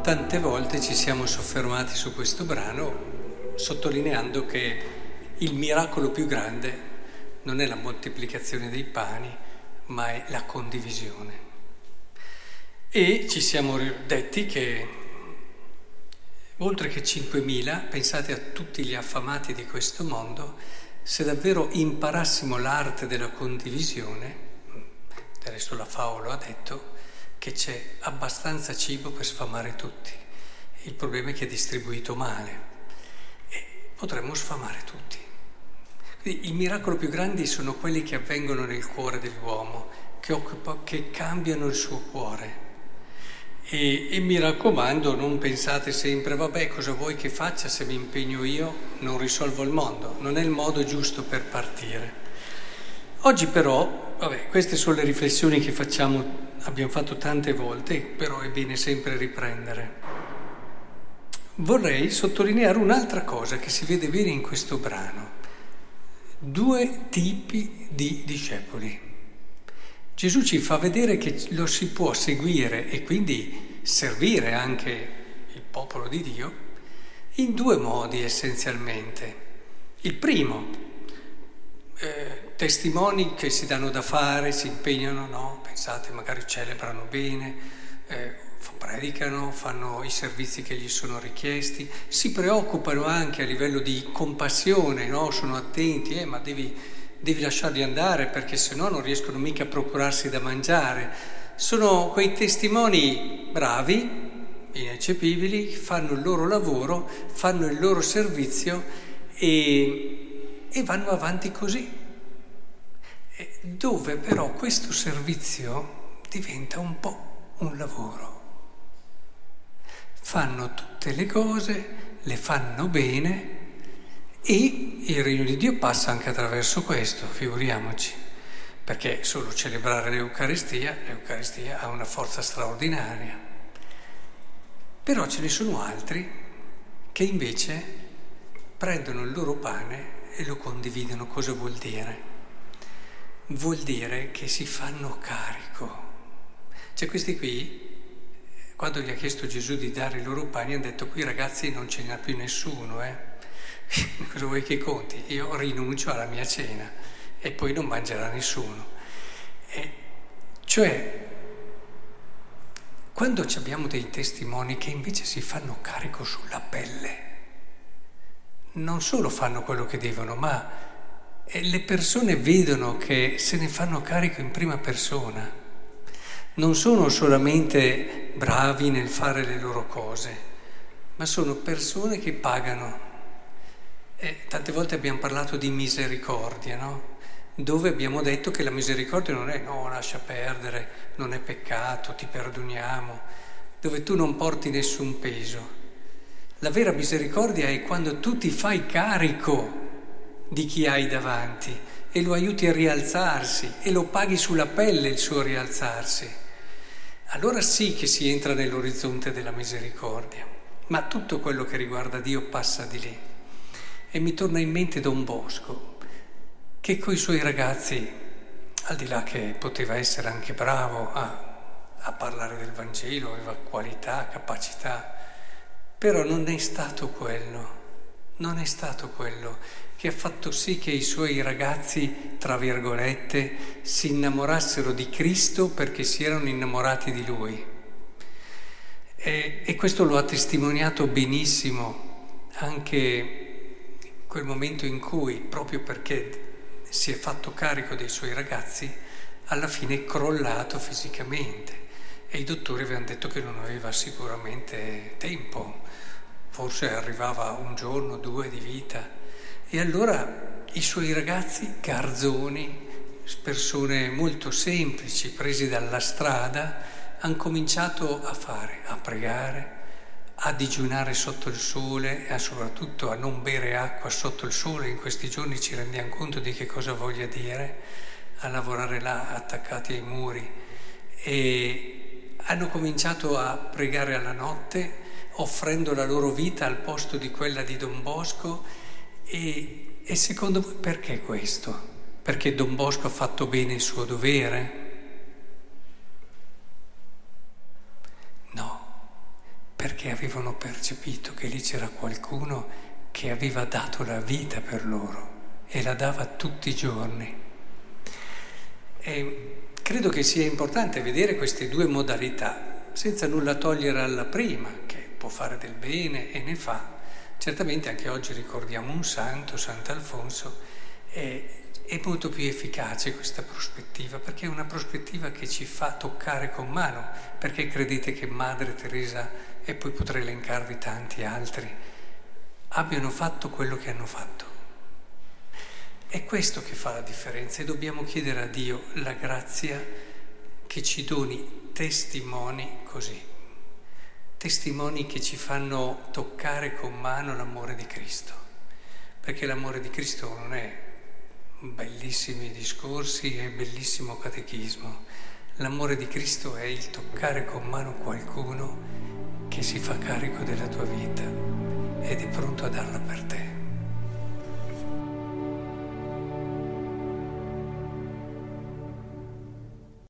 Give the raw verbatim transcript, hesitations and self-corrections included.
tante volte ci siamo soffermati su questo brano sottolineando che il miracolo più grande non è la moltiplicazione dei pani, ma è la condivisione. E ci siamo detti che oltre che cinquemila, pensate a tutti gli affamati di questo mondo, se davvero imparassimo l'arte della condivisione, del resto la F A O lo ha detto, che c'è abbastanza cibo per sfamare tutti. Il problema è che è distribuito male e potremmo sfamare tutti. Quindi i miracoli più grandi sono quelli che avvengono nel cuore dell'uomo, che, occupa, che cambiano il suo cuore. E, e mi raccomando, non pensate sempre, vabbè, cosa vuoi che faccia se mi impegno io, non risolvo il mondo. Non è il modo giusto per partire. Oggi però, vabbè, queste sono le riflessioni che facciamo, abbiamo fatto tante volte, però è bene sempre riprendere. Vorrei sottolineare un'altra cosa che si vede bene in questo brano. Due tipi di discepoli. Gesù ci fa vedere che lo si può seguire e quindi servire anche il popolo di Dio in due modi essenzialmente. Il primo, eh, testimoni che si danno da fare, si impegnano, no? Pensate, magari celebrano bene, eh, predicano, fanno i servizi che gli sono richiesti, si preoccupano anche a livello di compassione, no? Sono attenti, eh, ma devi, devi lasciarli andare perché sennò non riescono mica a procurarsi da mangiare. Sono quei testimoni bravi, ineccepibili, fanno il loro lavoro, fanno il loro servizio e, e vanno avanti così. E dove però questo servizio diventa un po' un lavoro. Fanno tutte le cose, le fanno bene e il regno di Dio passa anche attraverso questo, figuriamoci, perché solo celebrare l'Eucaristia, l'Eucaristia ha una forza straordinaria. Però ce ne sono altri che invece prendono il loro pane e lo condividono. Cosa vuol dire? Vuol dire che si fanno carico. Cioè questi qui, quando gli ha chiesto Gesù di dare i loro pani, hanno detto: qui ragazzi non ce n'è più nessuno, eh? Cosa vuoi che conti? Io rinuncio alla mia cena e poi non mangerà nessuno. E cioè, quando abbiamo dei testimoni che invece si fanno carico sulla pelle, non solo fanno quello che devono, ma le persone vedono che se ne fanno carico in prima persona. Non sono solamente bravi nel fare le loro cose, ma sono persone che pagano. E tante volte abbiamo parlato di misericordia, no? Dove abbiamo detto che la misericordia non è no, lascia perdere, non è peccato, ti perdoniamo, dove tu non porti nessun peso. La vera misericordia è quando tu ti fai carico di chi hai davanti e lo aiuti a rialzarsi e lo paghi sulla pelle il suo rialzarsi. Allora sì che si entra nell'orizzonte della misericordia, ma tutto quello che riguarda Dio passa di lì. E mi torna in mente Don Bosco, che coi suoi ragazzi, al di là che poteva essere anche bravo a, a parlare del Vangelo, aveva qualità, capacità, però non è stato quello, non è stato quello che ha fatto sì che i suoi ragazzi, tra virgolette, si innamorassero di Cristo perché si erano innamorati di Lui. E, e questo lo ha testimoniato benissimo anche quel momento in cui, proprio perché si è fatto carico dei suoi ragazzi, alla fine è crollato fisicamente e i dottori avevano detto che non aveva sicuramente tempo, forse arrivava un giorno, due di vita. E allora i suoi ragazzi, garzoni, persone molto semplici, presi dalla strada, hanno cominciato a fare, a pregare, a digiunare sotto il sole e soprattutto a non bere acqua sotto il sole. In questi giorni ci rendiamo conto di che cosa voglia dire, a lavorare là attaccati ai muri. E hanno cominciato a pregare alla notte, offrendo la loro vita al posto di quella di Don Bosco. E, e secondo voi perché questo? Perché Don Bosco ha fatto bene il suo dovere? No, perché perché avevano percepito che lì c'era qualcuno che aveva dato la vita per loro e la dava tutti i giorni. E credo che sia importante vedere queste due modalità, senza nulla togliere alla prima, che può fare del bene e ne fa. Certamente anche oggi ricordiamo un santo, Sant'Alfonso, è, è molto più efficace questa prospettiva, perché è una prospettiva che ci fa toccare con mano, perché credete che Madre Teresa, e poi potrei elencarvi tanti altri, abbiano fatto quello che hanno fatto. È questo che fa la differenza e dobbiamo chiedere a Dio la grazia che ci doni testimoni così. Testimoni che ci fanno toccare con mano l'amore di Cristo, perché l'amore di Cristo non è bellissimi discorsi e bellissimo catechismo. L'amore di Cristo è il toccare con mano qualcuno che si fa carico della tua vita ed è pronto a darla per te.